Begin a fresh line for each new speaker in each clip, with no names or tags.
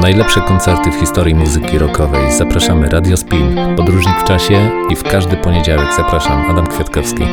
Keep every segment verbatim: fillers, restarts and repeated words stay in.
Najlepsze koncerty w historii muzyki rockowej. Zapraszamy Radio Spin, Podróżnik w czasie i w każdy poniedziałek zapraszam, Adam Kwiatkowski.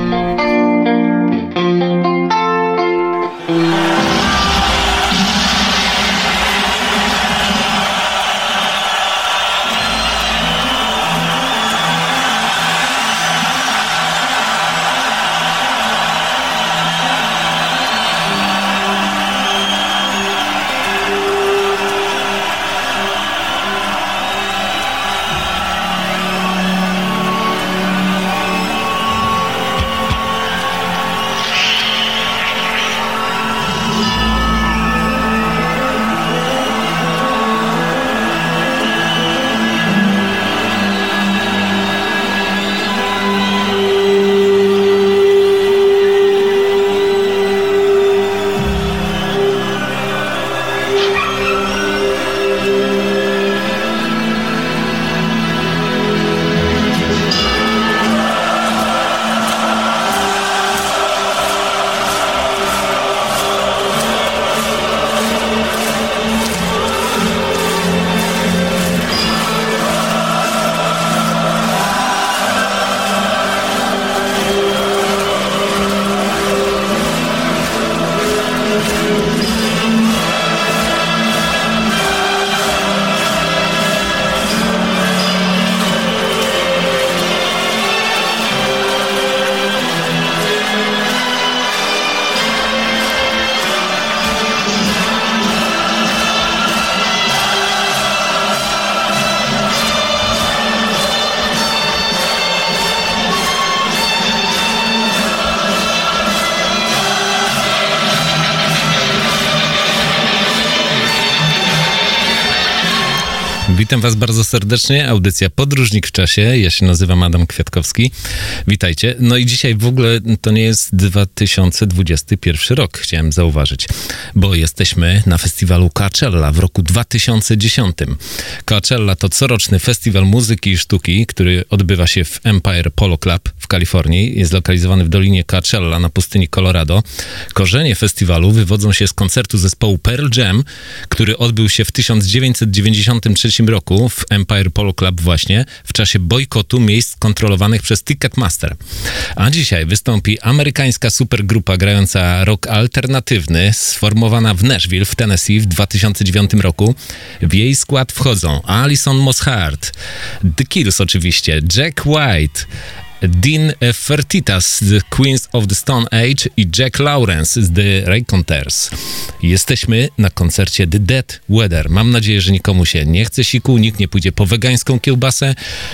Witam Was bardzo serdecznie, audycja Podróżnik w czasie, ja się nazywam Adam Kwiatkowski, witajcie. No i dzisiaj w ogóle to nie jest dwa tysiące dwudziesty pierwszy rok, chciałem zauważyć, bo jesteśmy na festiwalu Coachella w roku dwa tysiące dziesiątym. Coachella to coroczny festiwal muzyki i sztuki, który odbywa się w Empire Polo Club w Kalifornii, jest zlokalizowany w Dolinie Coachella na pustyni Colorado. Korzenie festiwalu wywodzą się z koncertu zespołu Pearl Jam, który odbył się w tysiąc dziewięćset dziewięćdziesiątym trzecim roku w Empire Polo Club właśnie, w czasie bojkotu miejsc kontrolowanych przez Ticketmaster. A dzisiaj wystąpi amerykańska supergrupa grająca rock alternatywny, sformowana w Nashville w Tennessee w dwa tysiące dziewiątym roku. W jej skład wchodzą Alison Mosshart, The Kills oczywiście, Jack White, Dean Fertitas z Queens of the Stone Age i Jack Lawrence z The Raconteurs. Jesteśmy na koncercie The Dead Weather. Mam nadzieję, że nikomu się nie chce siku, nikt nie pójdzie po wegańską kiełbasę,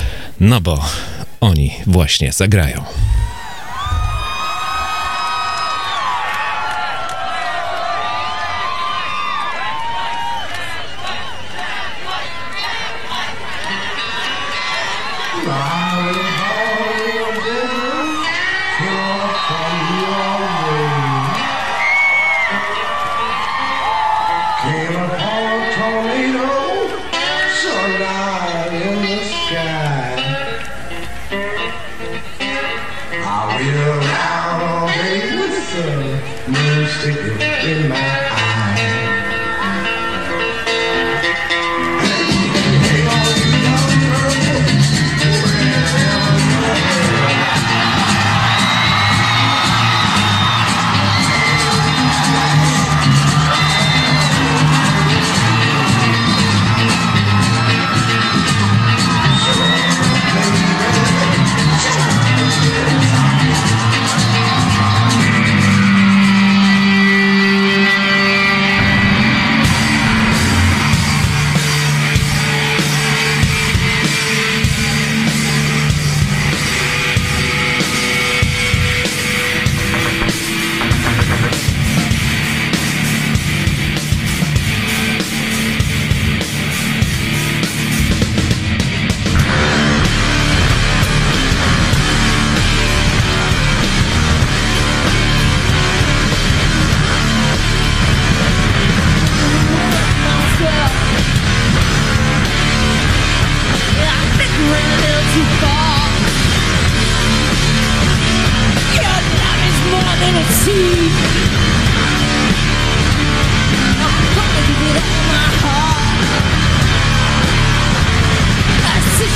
no bo oni właśnie zagrają.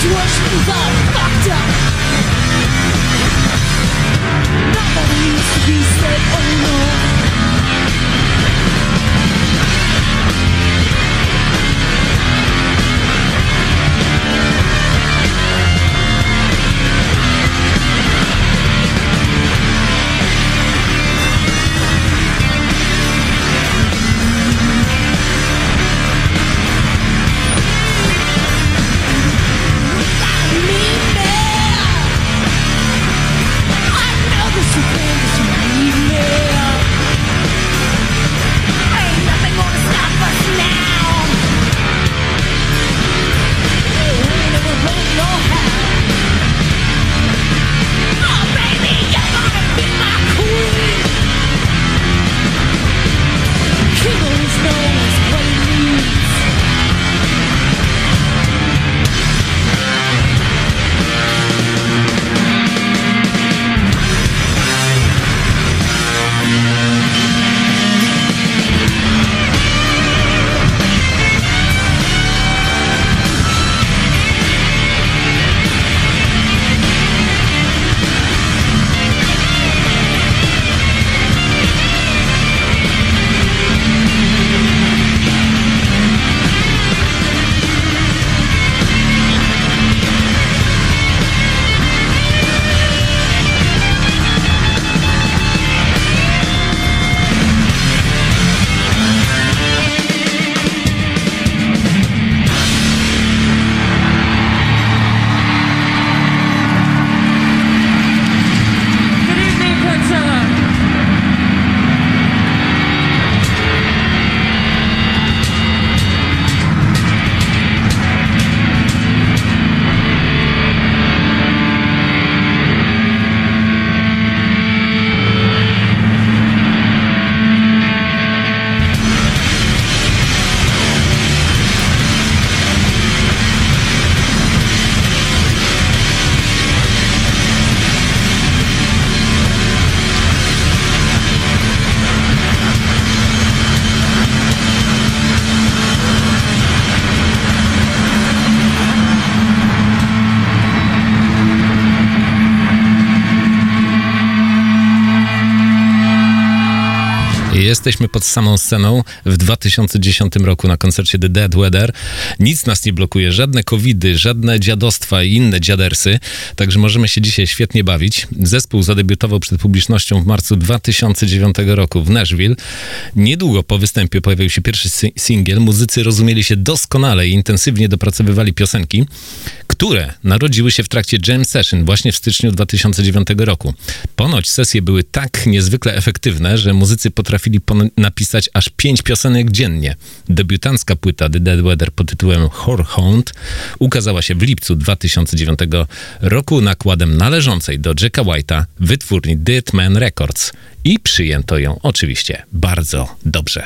Jesteśmy pod samą sceną w dwa tysiące dziesiątym roku na koncercie The Dead Weather. Nic nas nie blokuje, żadne covidy, żadne dziadostwa i inne dziadersy, także możemy się dzisiaj świetnie bawić. Zespół zadebiutował przed publicznością w marcu dwa tysiące dziewiątego roku w Nashville. Niedługo po występie pojawił się pierwszy singiel. Muzycy rozumieli się doskonale i intensywnie dopracowywali piosenki, które narodziły się w trakcie jam session właśnie w styczniu dwa tysiące dziewiątego roku. Ponoć sesje były tak niezwykle efektywne, że muzycy potrafili napisać aż pięć piosenek dziennie. Debiutancka płyta The Dead Weather pod tytułem Whorehound ukazała się w lipcu dwa tysiące dziewiątego roku nakładem należącej do Jacka White'a wytwórni Dead Man Records i przyjęto ją oczywiście bardzo dobrze.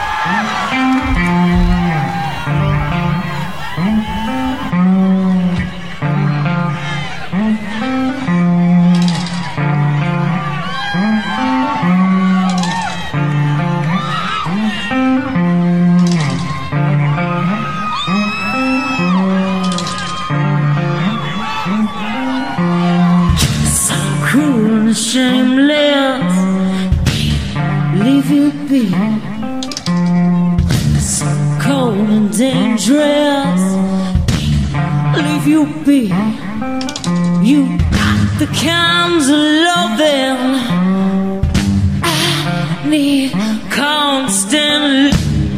Shameless, leave you be. So cold and dangerous, leave you be. You got the kinds of loving I need constantly.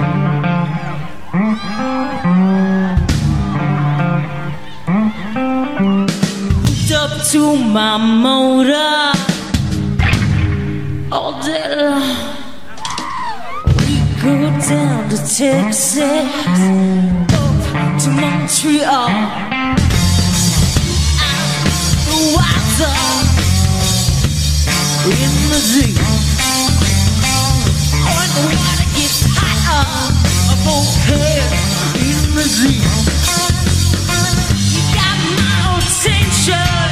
Hooked up to my motor all day long. We go down to Texas, up to Montreal. Out the water in the deep. When the water gets hot, I'm okay in the deep. You got my attention.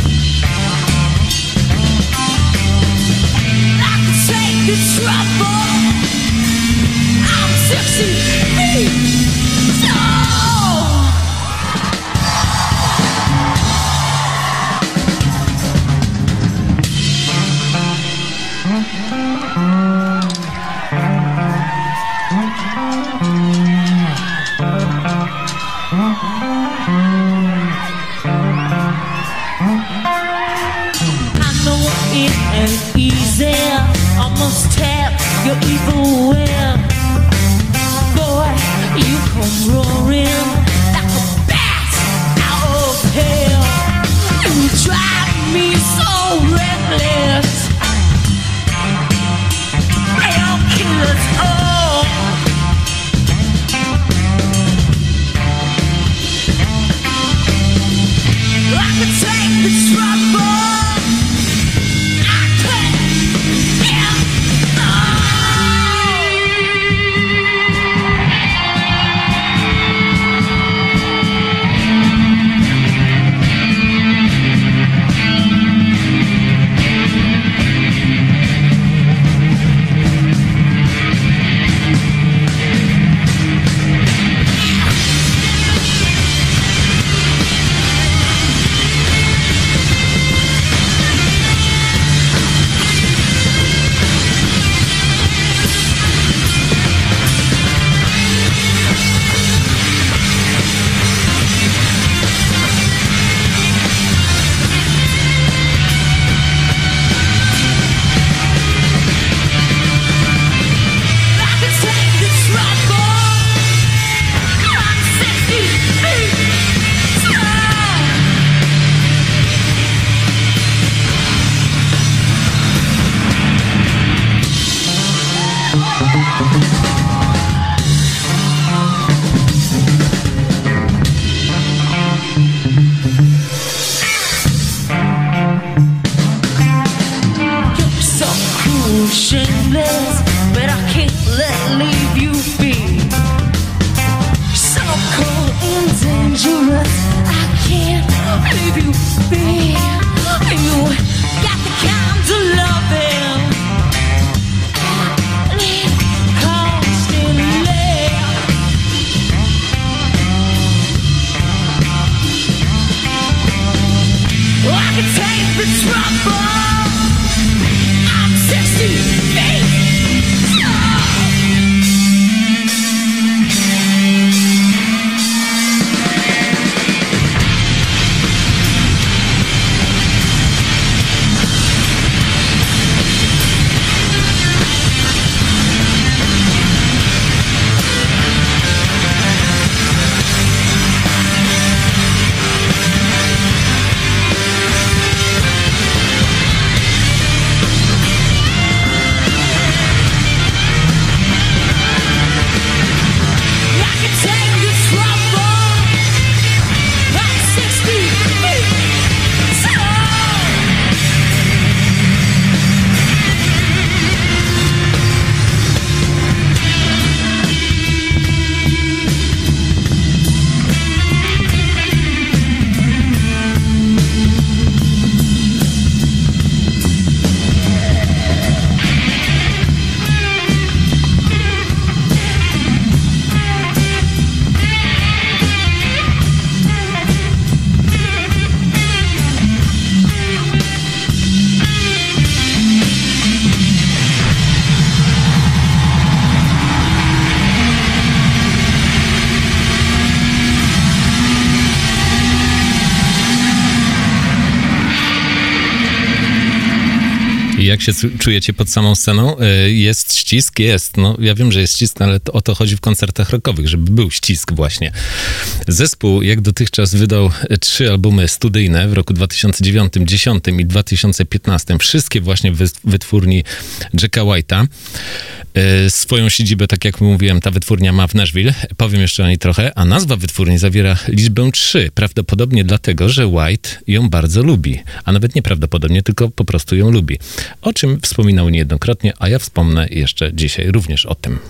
The trouble Shameless, but I can't let leave you be. So cold and dangerous, I can't leave you be. You got the kind of loving I need constantly. Oh, I can take the trouble. I'm sixty feet.
Jak się czujecie pod samą sceną? Jest ścisk? Jest. No, ja wiem, że jest ścisk, ale to, o to chodzi w koncertach rockowych, żeby był ścisk właśnie. Zespół jak dotychczas wydał trzy albumy studyjne w roku dwa tysiące dziewiątym, dwa tysiące dziesiątym i dwa tysiące piętnastym. Wszystkie właśnie w wytwórni Jacka White'a. Swoją siedzibę, tak jak mówiłem, ta wytwórnia ma w Nashville. Powiem jeszcze o niej trochę. A nazwa wytwórni zawiera liczbę trzy. Prawdopodobnie dlatego, że White ją bardzo lubi. A nawet nieprawdopodobnie, tylko po prostu ją lubi. O czym wspominał niejednokrotnie, a ja wspomnę jeszcze dzisiaj również o tym.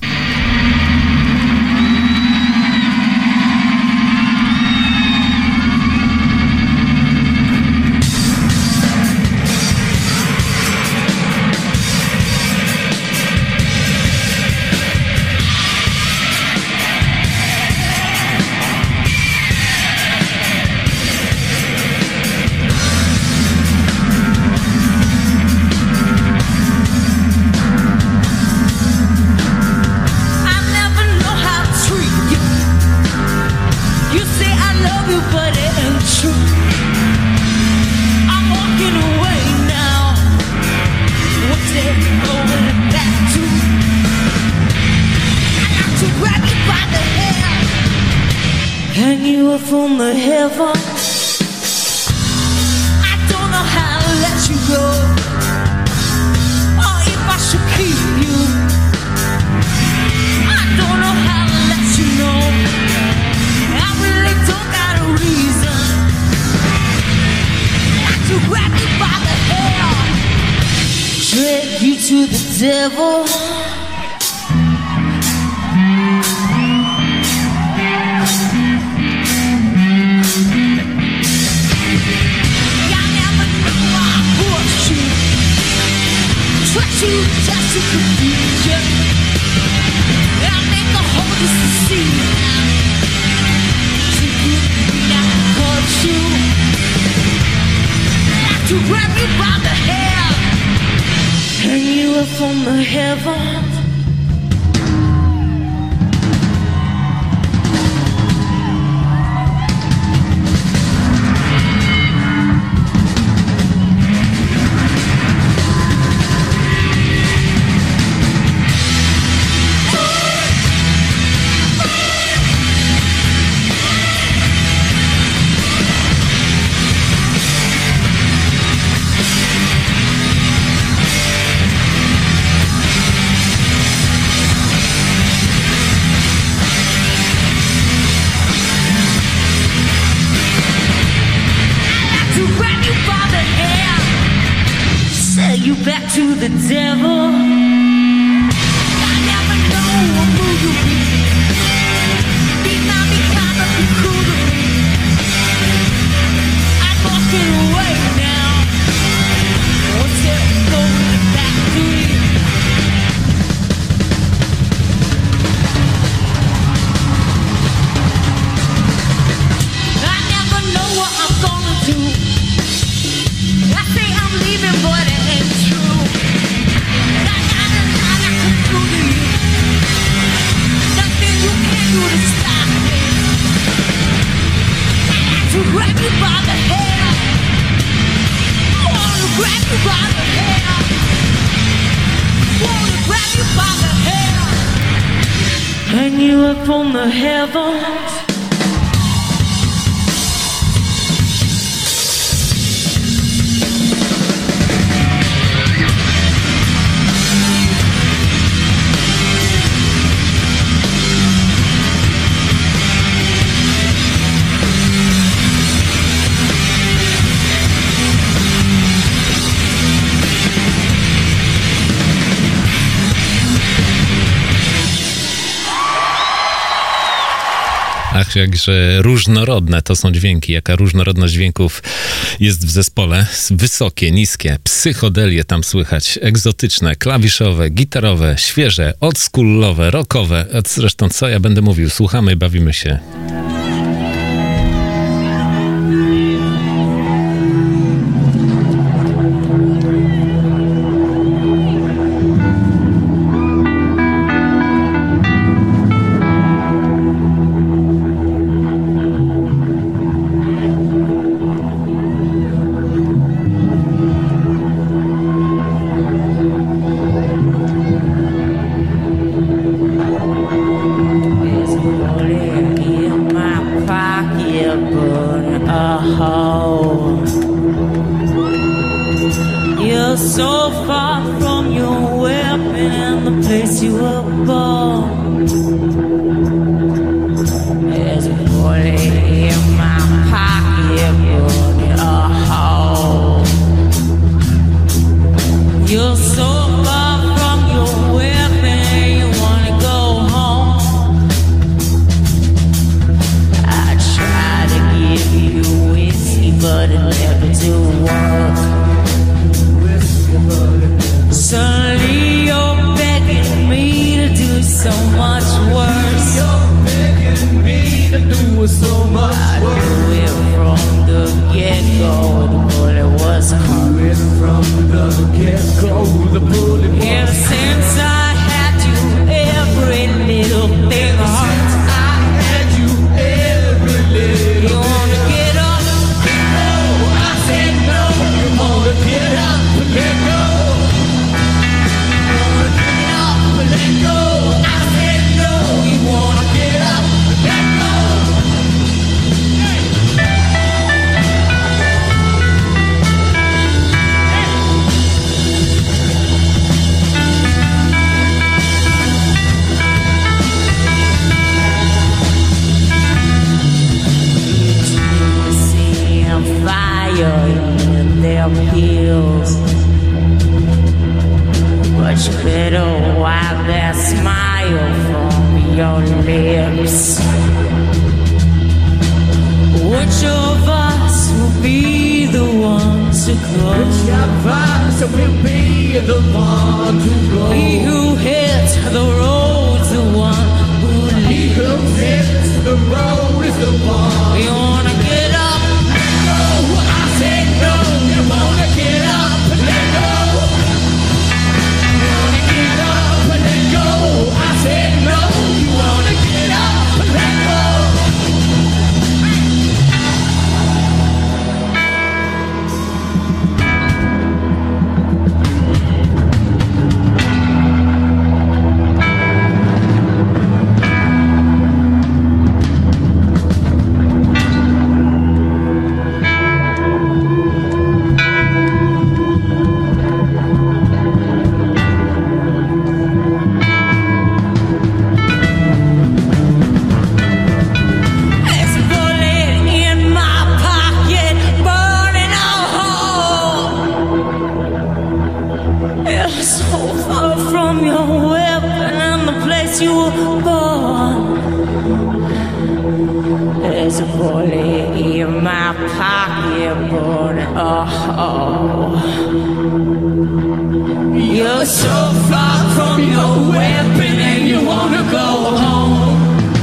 Hang you up from the heavens. I don't know how to let you go, or if I should keep you. I don't know how to let you know. I really don't got a reason not to grab you by the hair, drag you to the devil. To just to confuse you, I make a whole decision to you, not hurt you, not to grab you by the hair, hang you up from the heavens. send you back to the devil. I never know who you be. Be not because of you cool to me. I'm walking away now. Won't tell me going back to you. I never know what I'm gonna do. I say I'm leaving, but it ain't true. I got a lot I can do to you. Nothing you can do to stop me. I like to grab you by the hair. I wanna grab you by the hair. Wanna grab you by the hair. Hang you up on the heavens.
Ach, jakże różnorodne to są dźwięki, jaka różnorodność dźwięków jest w zespole. Wysokie, niskie, psychodelie tam słychać, egzotyczne, klawiszowe, gitarowe, świeże, oldschoolowe, rockowe. Zresztą co ja będę mówił, słuchamy, bawimy się.
so far from your weapon and the place you were born. There's a bullet in my pocket, but oh, you're so far from your weapon and you wanna go home.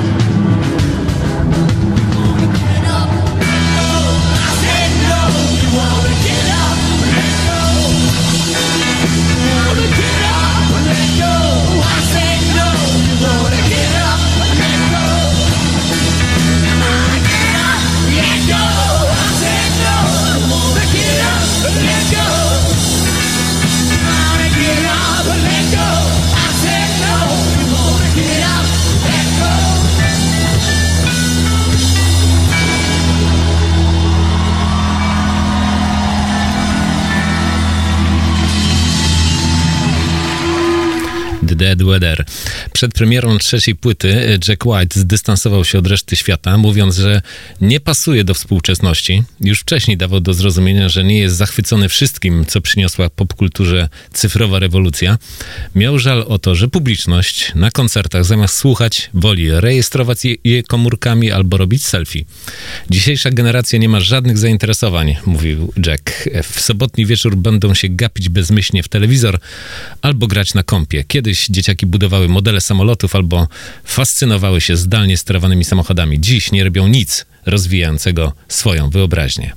Dead Weather. Przed premierą trzeciej płyty Jack White zdystansował się od reszty świata, mówiąc, że nie pasuje do współczesności. Już wcześniej dawał do zrozumienia, że nie jest zachwycony wszystkim, co przyniosła popkulturze cyfrowa rewolucja. Miał żal o to, że publiczność na koncertach zamiast słuchać woli rejestrować je, je komórkami albo robić selfie. Dzisiejsza generacja nie ma żadnych zainteresowań, mówił Jack. W sobotni wieczór będą się gapić bezmyślnie w telewizor albo grać na kompie. Kiedyś dzieciaki budowały modele samolotów albo fascynowały się zdalnie sterowanymi samochodami. Dziś nie robią nic rozwijającego swoją wyobraźnię.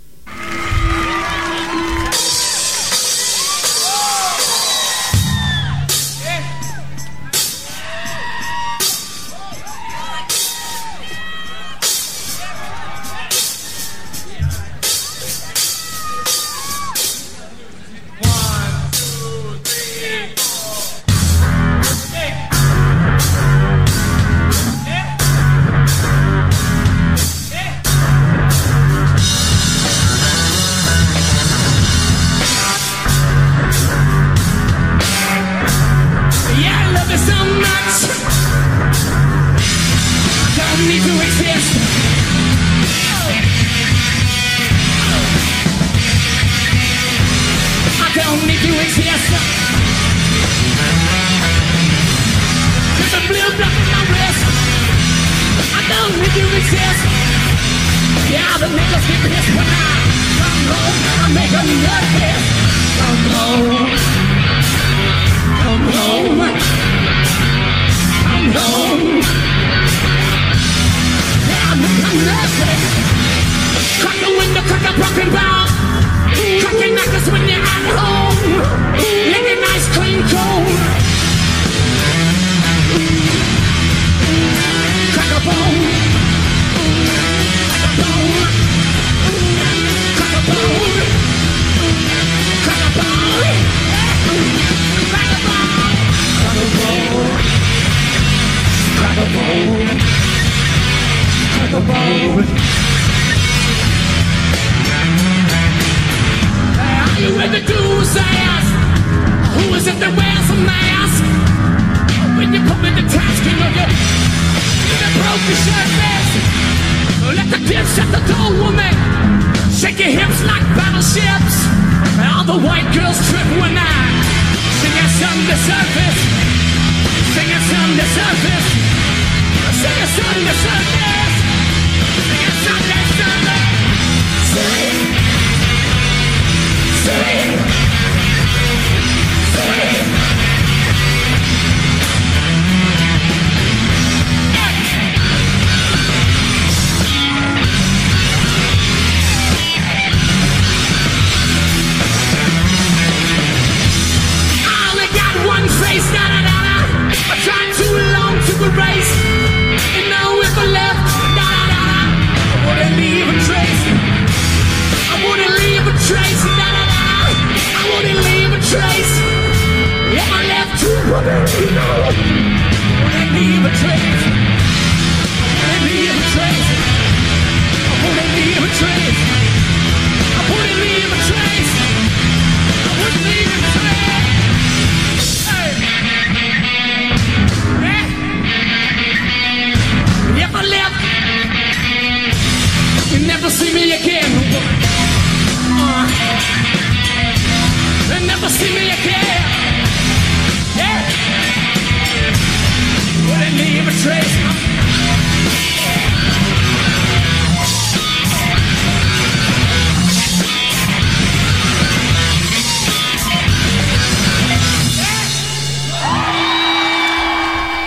See me again.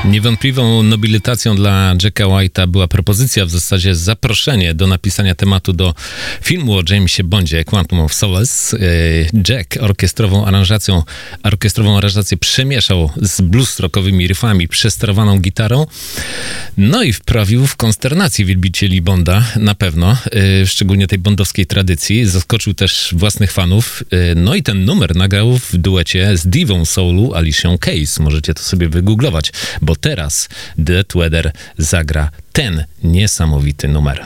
Niewątpliwą nobilitacją dla Jacka White'a była propozycja, w zasadzie zaproszenie do napisania tematu do filmu o Jamesie Bondzie, Quantum of Solace. Jack orkiestrową aranżacją, orkiestrową aranżację przemieszał z blues rockowymi riffami, przesterowaną gitarą, no i wprawił w konsternację wielbicieli Bonda, na pewno, szczególnie tej bondowskiej tradycji. Zaskoczył też własnych fanów, no i ten numer nagrał w duecie z diwą soulu Alicią Keys. Możecie to sobie wygooglować, bo teraz Dead Weather zagra ten niesamowity numer.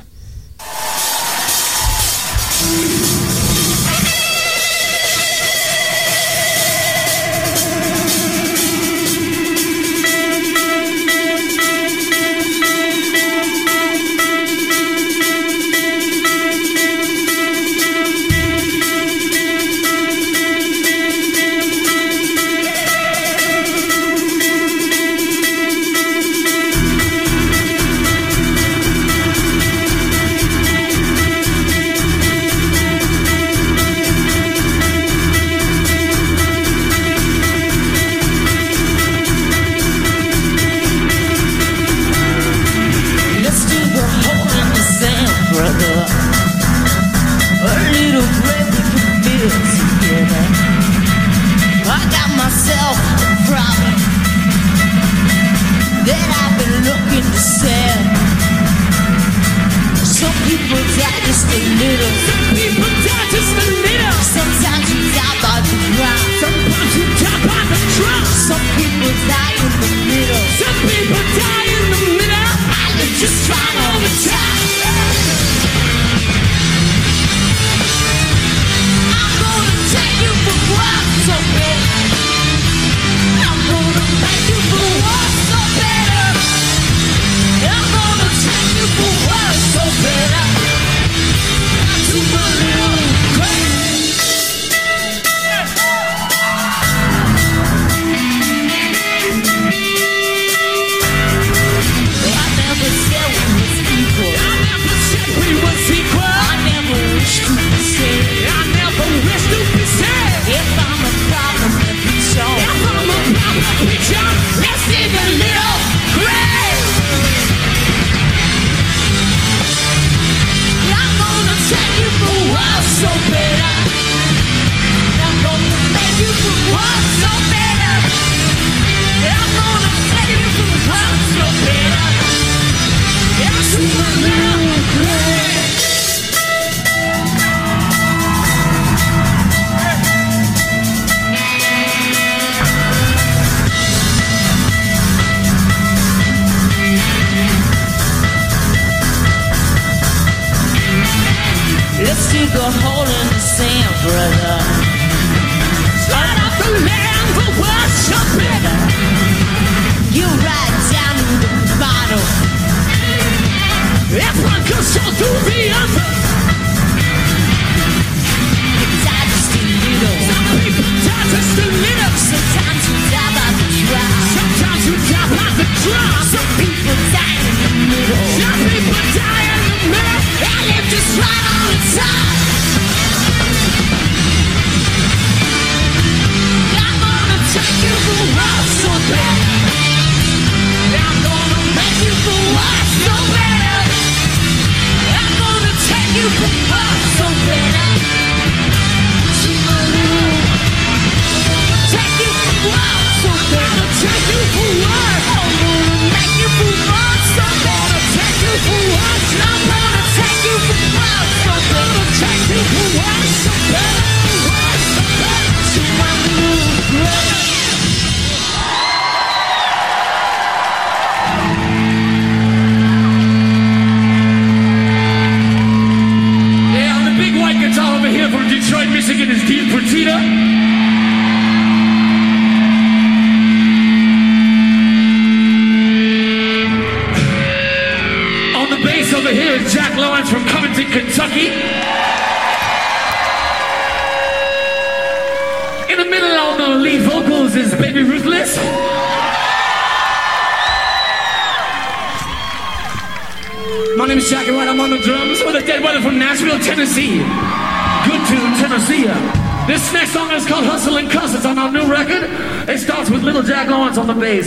My name is Jack White, I'm on the drums with a Dead Weather from Nashville, Tennessee. Good tune, Tennessee. This next song is called Hustle and Cuss. It's on our new record. It starts with Little Jack Lawrence on the bass.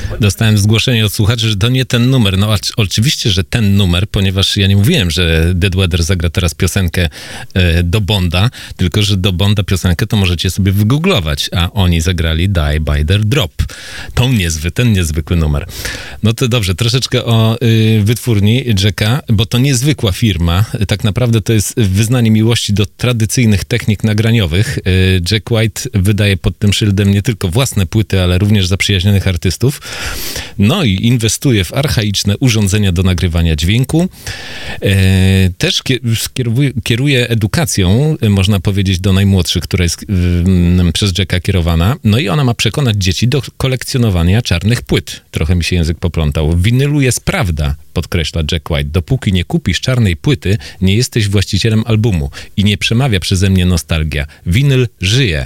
Dostałem zgłoszenie od słuchaczy, że to nie ten numer. No acz- oczywiście, że ten numer, ponieważ ja nie mówiłem, że Dead Weather zagra teraz piosenkę e, do Bonda, tylko że do Bonda piosenkę to możecie sobie wygooglować, a oni zagrali Die by the Drop. Tą niezwy, ten niezwykły numer. No to dobrze, troszeczkę o y, wytwórni Jacka, bo to niezwykła firma. Tak naprawdę to jest wyznanie miłości do tradycyjnych technik nagraniowych. Y, Jack White wydaje pod tym szyldem nie tylko własne płyty, ale również zaprzyjaźnionych artystów. No i inwestuje w archaiczne urządzenia do nagrywania dźwięku. Y, też kieruje, kieruje edukacją, można powiedzieć, do najmłodszych, która jest y, y, przez Jacka kierowana. No i ona ma przekonać dzieci do kolekcjonowania czarnych płyt. Trochę mi się język poplątał. Winylu jest prawda, podkreśla Jack White. Dopóki nie kupisz czarnej płyty, nie jesteś właścicielem albumu i nie przemawia przeze mnie nostalgia. Winyl żyje.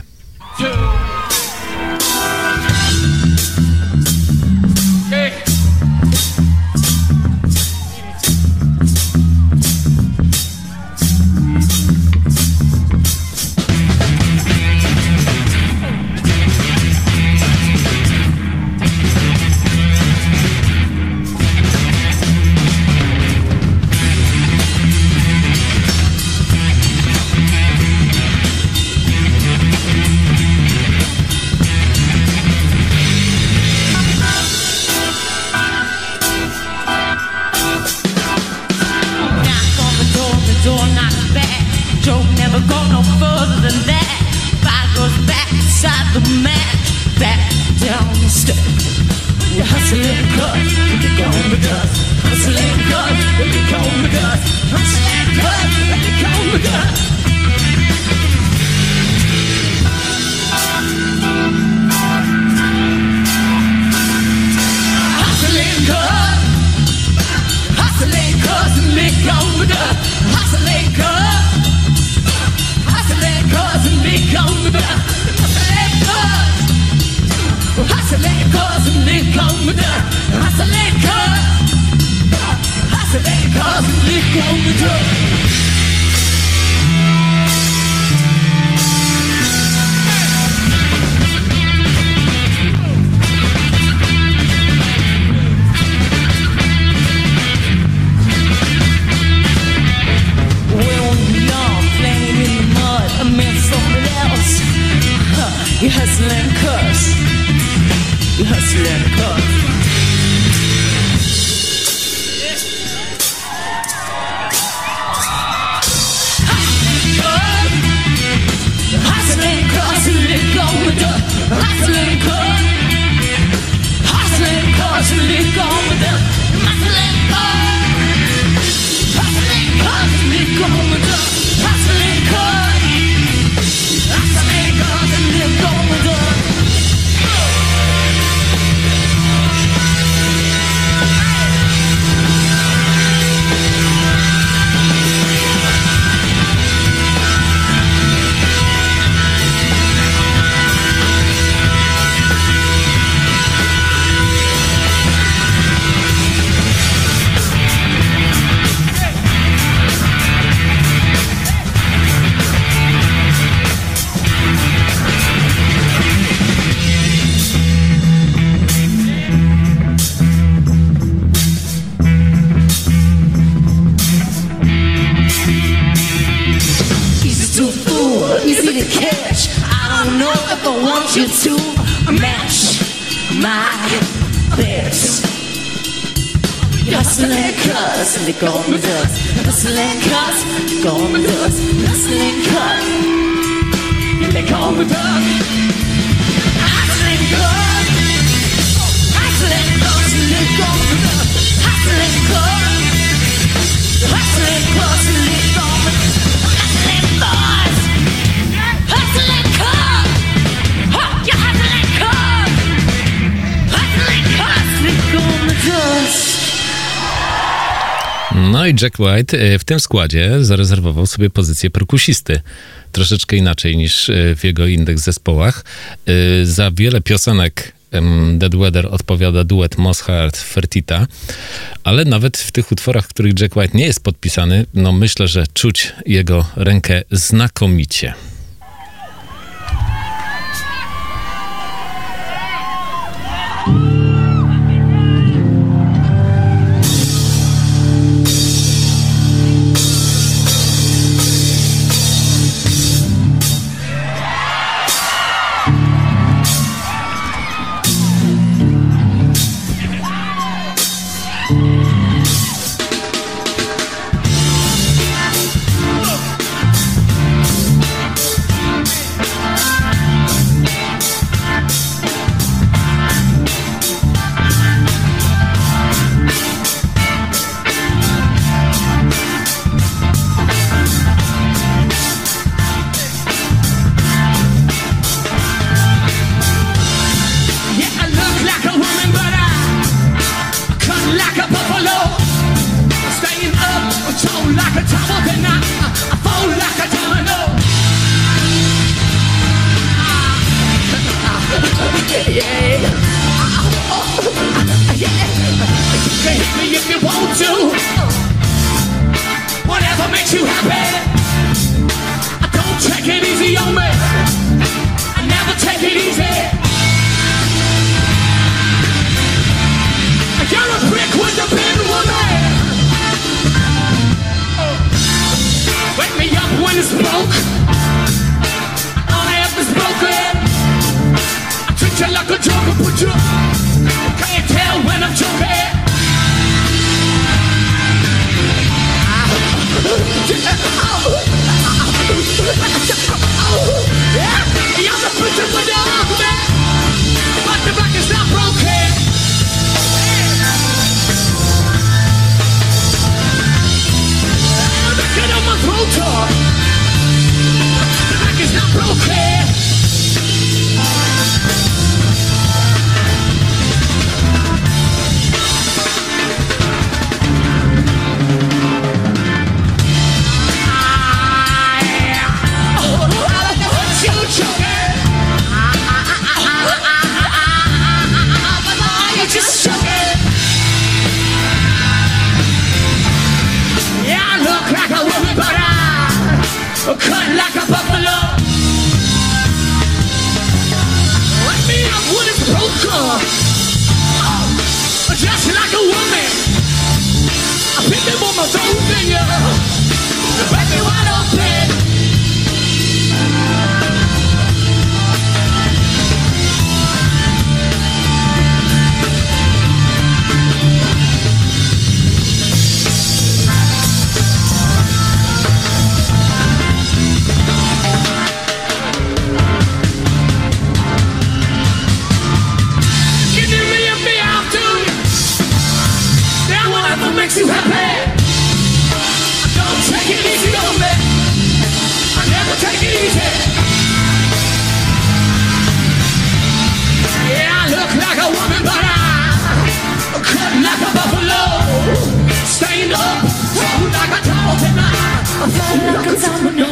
No i Jack White w tym składzie zarezerwował sobie pozycję perkusisty. Troszeczkę inaczej niż w jego innych zespołach. Za wiele piosenek Dead Weather odpowiada duet Mosshart-Fertitta, ale nawet w tych utworach, w których Jack White nie jest podpisany, no myślę, że czuć jego rękę znakomicie.
the top of the night, I fall like a domino. Yeah, yeah. You can hit me if you want to. Whatever makes you happy. Don't take it easy on me. I never take it easy. You're a prick with the pen woman. Wake me up when it's broke. Only if it's broken. I treat you like a joker, put you. Can't tell when I'm joking. Yeah, you're the picture with the argument. But the back is not broken. Get on my throat, talk. The back is not broken. Just joking. Yeah, I look like a woman, but I cut like a buffalo. Let me up when it's broken. Oh, just like a woman. I pick them on my own finger. Break me wide open. Makes you happy. Don't take it easy on me. I never take it easy. Yeah, I look like a woman, but I cut like a buffalo. Stained up, fall like a dog, and I fall like a domino.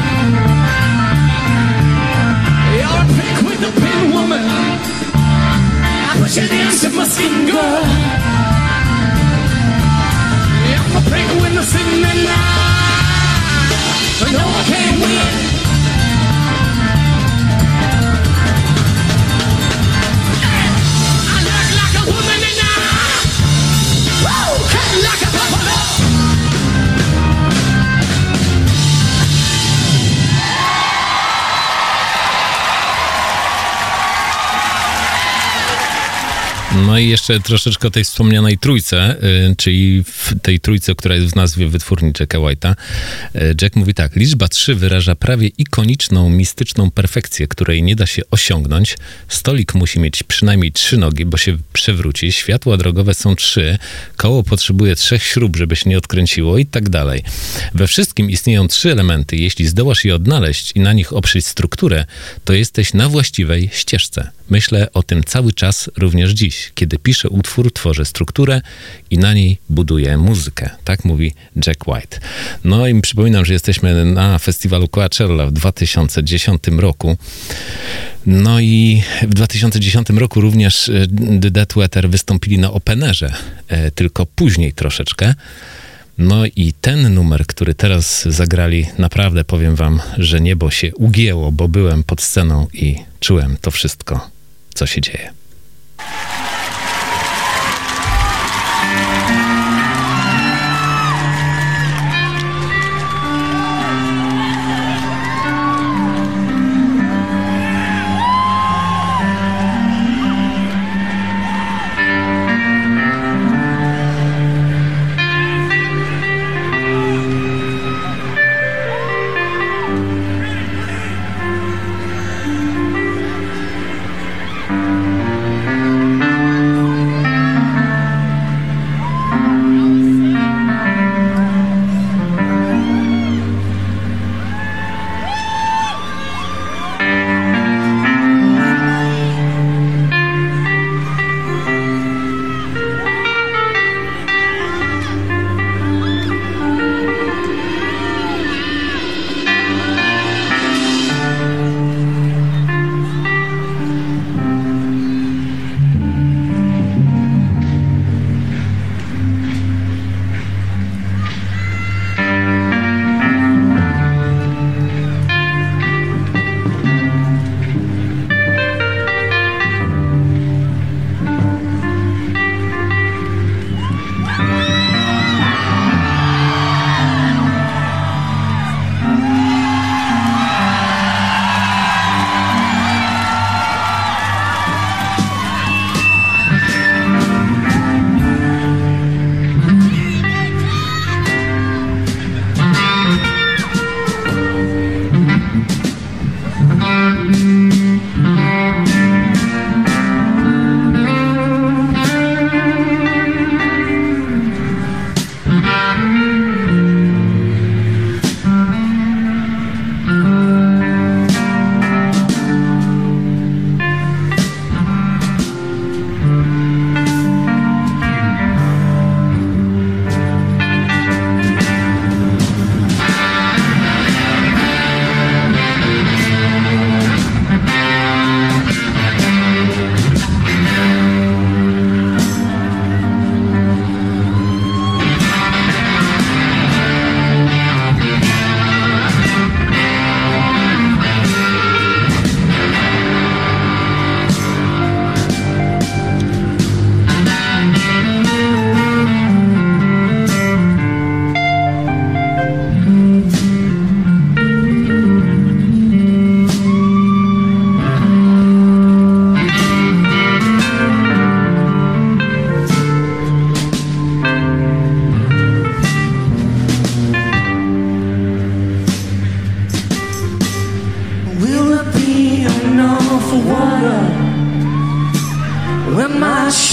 You're a pig with a pin woman. I put your hands in my skin, girl. I'm a break when the singing and I know I can't win. I look like a woman and I woo, cut like a buffalo.
No i jeszcze troszeczkę o tej wspomnianej trójce, y, czyli w tej trójce, która jest w nazwie wytwórni Jacka White'a. Y, Jack mówi tak: liczba trzy wyraża prawie ikoniczną, mistyczną perfekcję, której nie da się osiągnąć. Stolik musi mieć przynajmniej trzy nogi, bo się przewróci. Światła drogowe są trzy. Koło potrzebuje trzech śrub, żeby się nie odkręciło i tak dalej. We wszystkim istnieją trzy elementy. Jeśli zdołasz je odnaleźć i na nich oprzeć strukturę, to jesteś na właściwej ścieżce. Myślę o tym cały czas, również dziś. Kiedy piszę utwór, tworzę strukturę i na niej buduję muzykę. Tak mówi Jack White. No i przypominam, że jesteśmy na festiwalu Coachella w dwa tysiące dziesiątym roku. No i w dwa tysiące dziesiątym roku również The Dead Weather wystąpili na Openerze, tylko później troszeczkę. No i ten numer, który teraz zagrali, naprawdę powiem wam, że niebo się ugięło, bo byłem pod sceną i czułem to wszystko, co się dzieje.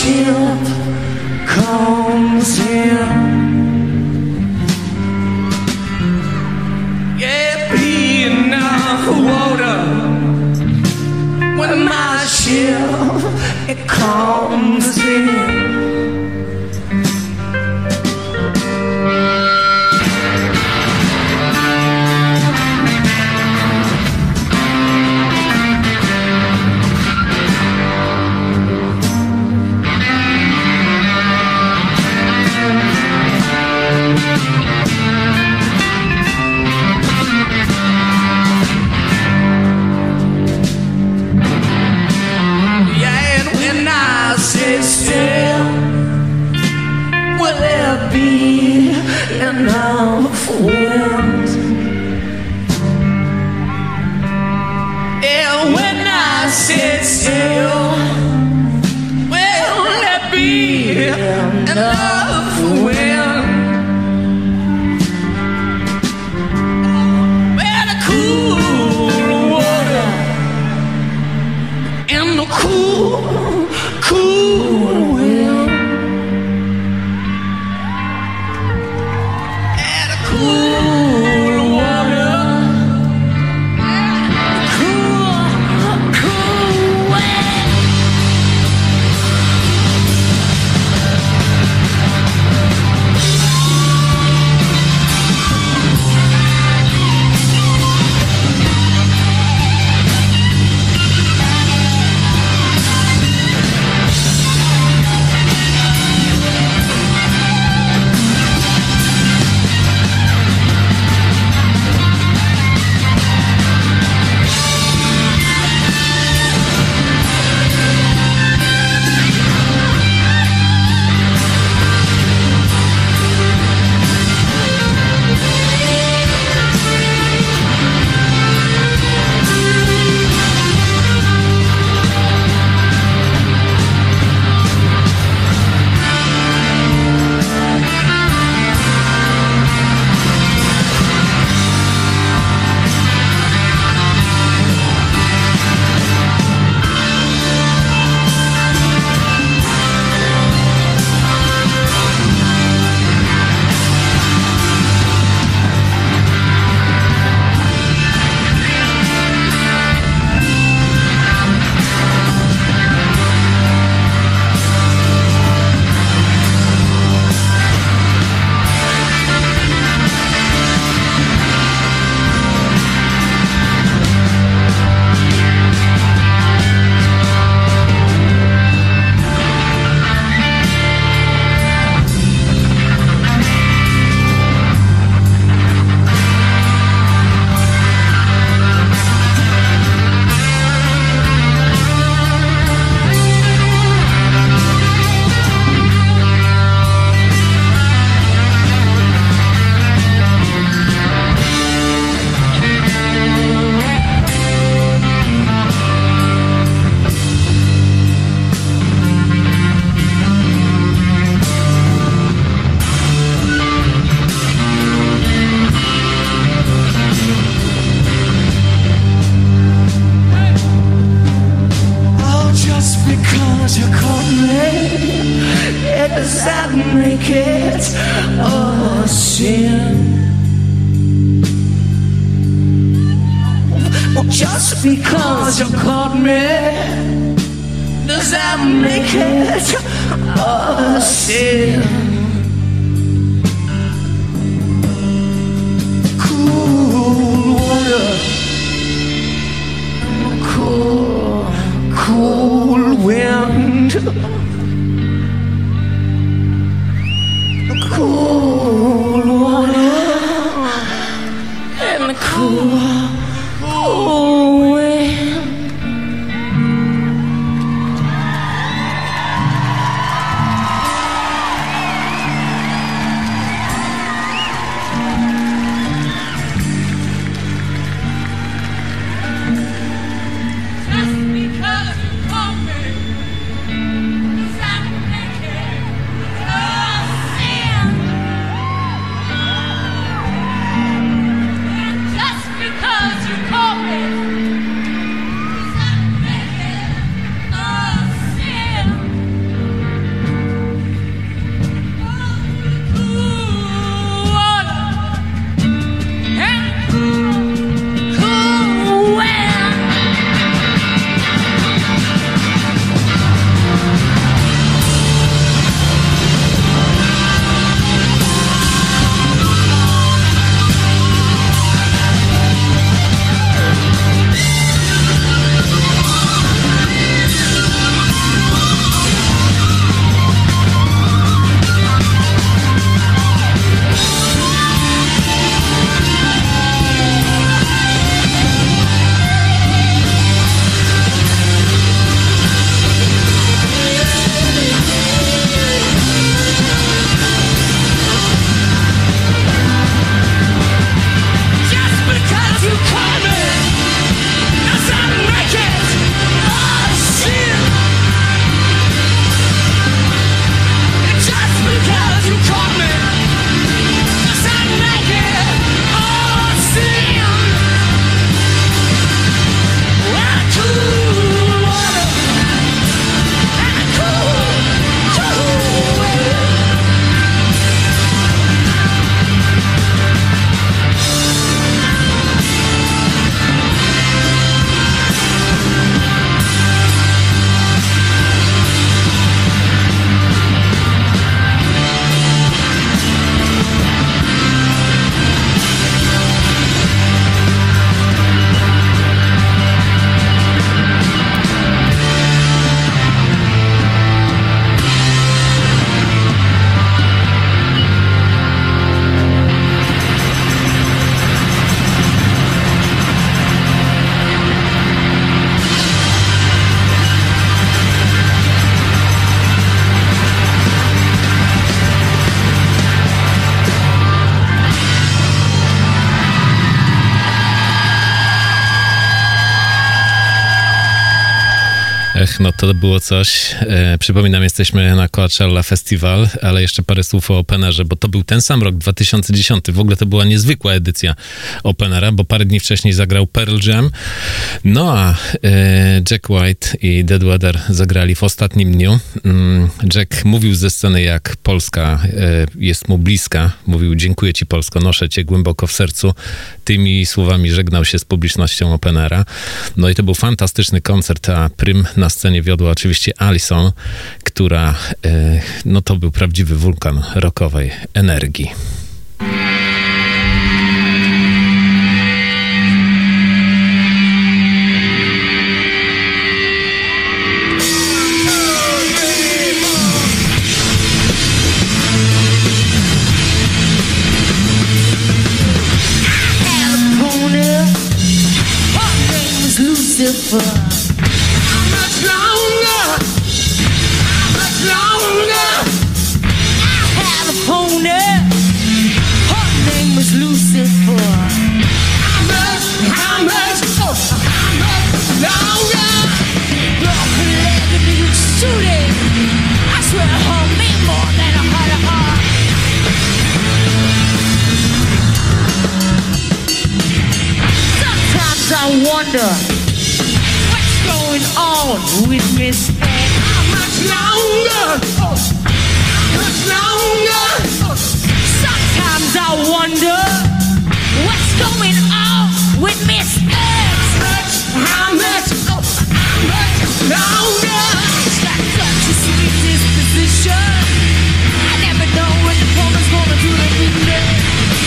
ship comes in. Yeah, be enough water when my ship it comes in. Still, will there be enough wind? Yeah, when I sit still, will there be enough wind? Well, the cool water and the cool, cool wind. And the cool water. Cool, cool wind. You caught me, yeah, does that make it a sin? Well, just because you caught me, does that make it a sin? Cool water, cool, cool wind. Cool water and the cool, cool wind. Just because you call me.
oddech, no to było coś. E, przypominam, jesteśmy na Coachella Festival, ale jeszcze parę słów o Openerze, bo to był ten sam rok, dwa tysiące dziesiąty. W ogóle to była niezwykła edycja Openera, bo parę dni wcześniej zagrał Pearl Jam. No a e, Jack White i Dead Weather zagrali w ostatnim dniu. Mm, Jack mówił ze sceny, jak Polska e, jest mu bliska. Mówił: dziękuję ci, Polsko, noszę cię głęboko w sercu. Tymi słowami żegnał się z publicznością Openera. No i to był fantastyczny koncert, a prym na scenie wiodła oczywiście Alison, która, e, no to był prawdziwy wulkan rockowej energii.
Lucifer. How much longer? How much longer? I had a pony. Her name was Lucifer. How much? How much? Oh, how much longer? Girl, let me shoot it. I swear it hurt me more than a heart of heart. Sometimes I wonder going on with Miss A. How much longer? Oh, how much longer? Oh, sometimes I wonder what's going on with Miss X. How much? Oh, how much longer? She's got such a sweet disposition. I never know when the woman's gonna do the thing.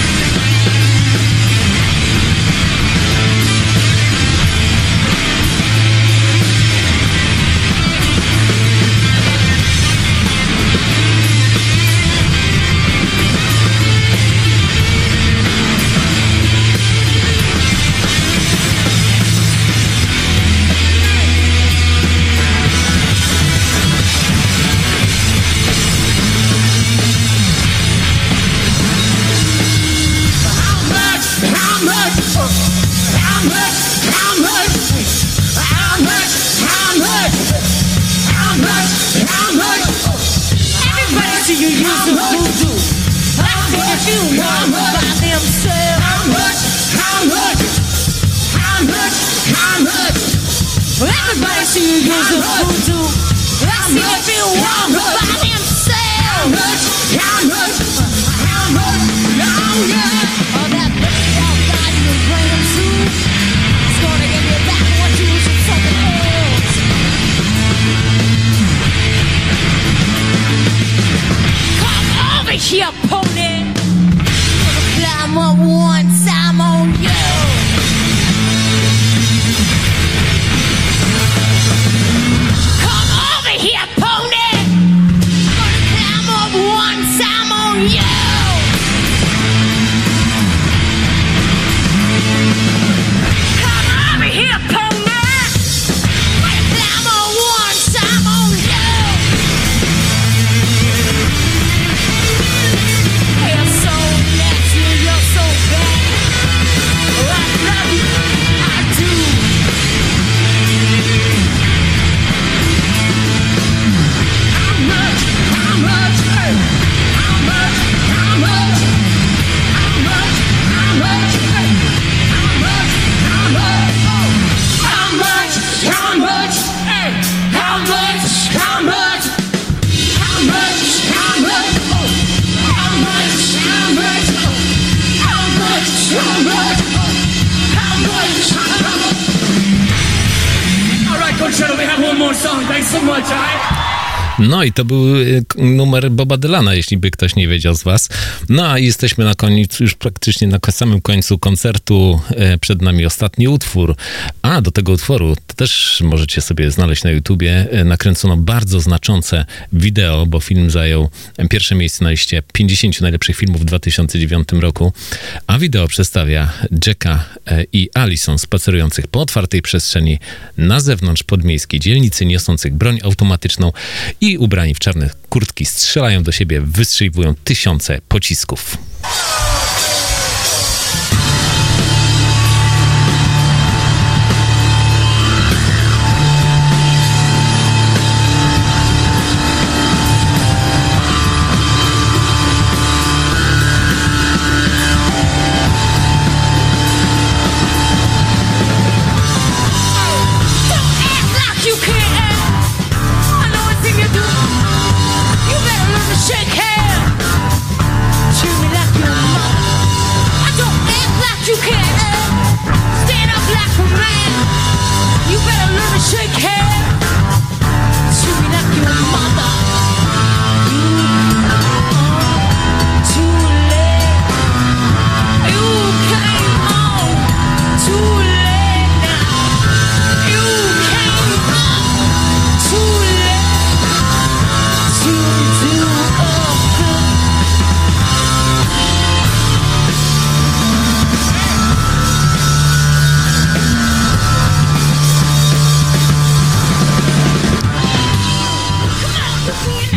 No i to był numer Boba Dylana, jeśli by ktoś nie wiedział z was. No a jesteśmy na koniec, już praktycznie na samym końcu koncertu. Przed nami ostatni utwór. A do tego utworu to też możecie sobie znaleźć na YouTubie. Nakręcono bardzo znaczące wideo, bo film zajął pierwsze miejsce na liście pięćdziesięciu najlepszych filmów w dwa tysiące dziewiątym roku. A wideo przedstawia Jacka i Alison spacerujących po otwartej przestrzeni na zewnątrz podmiejskiej dzielnicy, niosących broń automatyczną i ubrani w czarne kurtki strzelają do siebie, wystrzeliwują tysiące pocisków.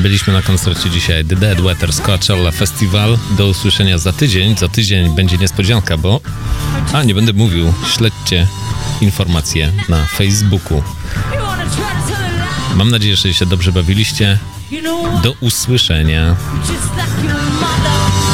Byliśmy na koncercie dzisiaj The Dead Waters Coachella Festival. Do usłyszenia za tydzień. Za tydzień będzie niespodzianka, bo... A, nie będę mówił. Śledźcie informacje na Facebooku. Mam nadzieję, że się dobrze bawiliście. Do usłyszenia.
Just like your mother.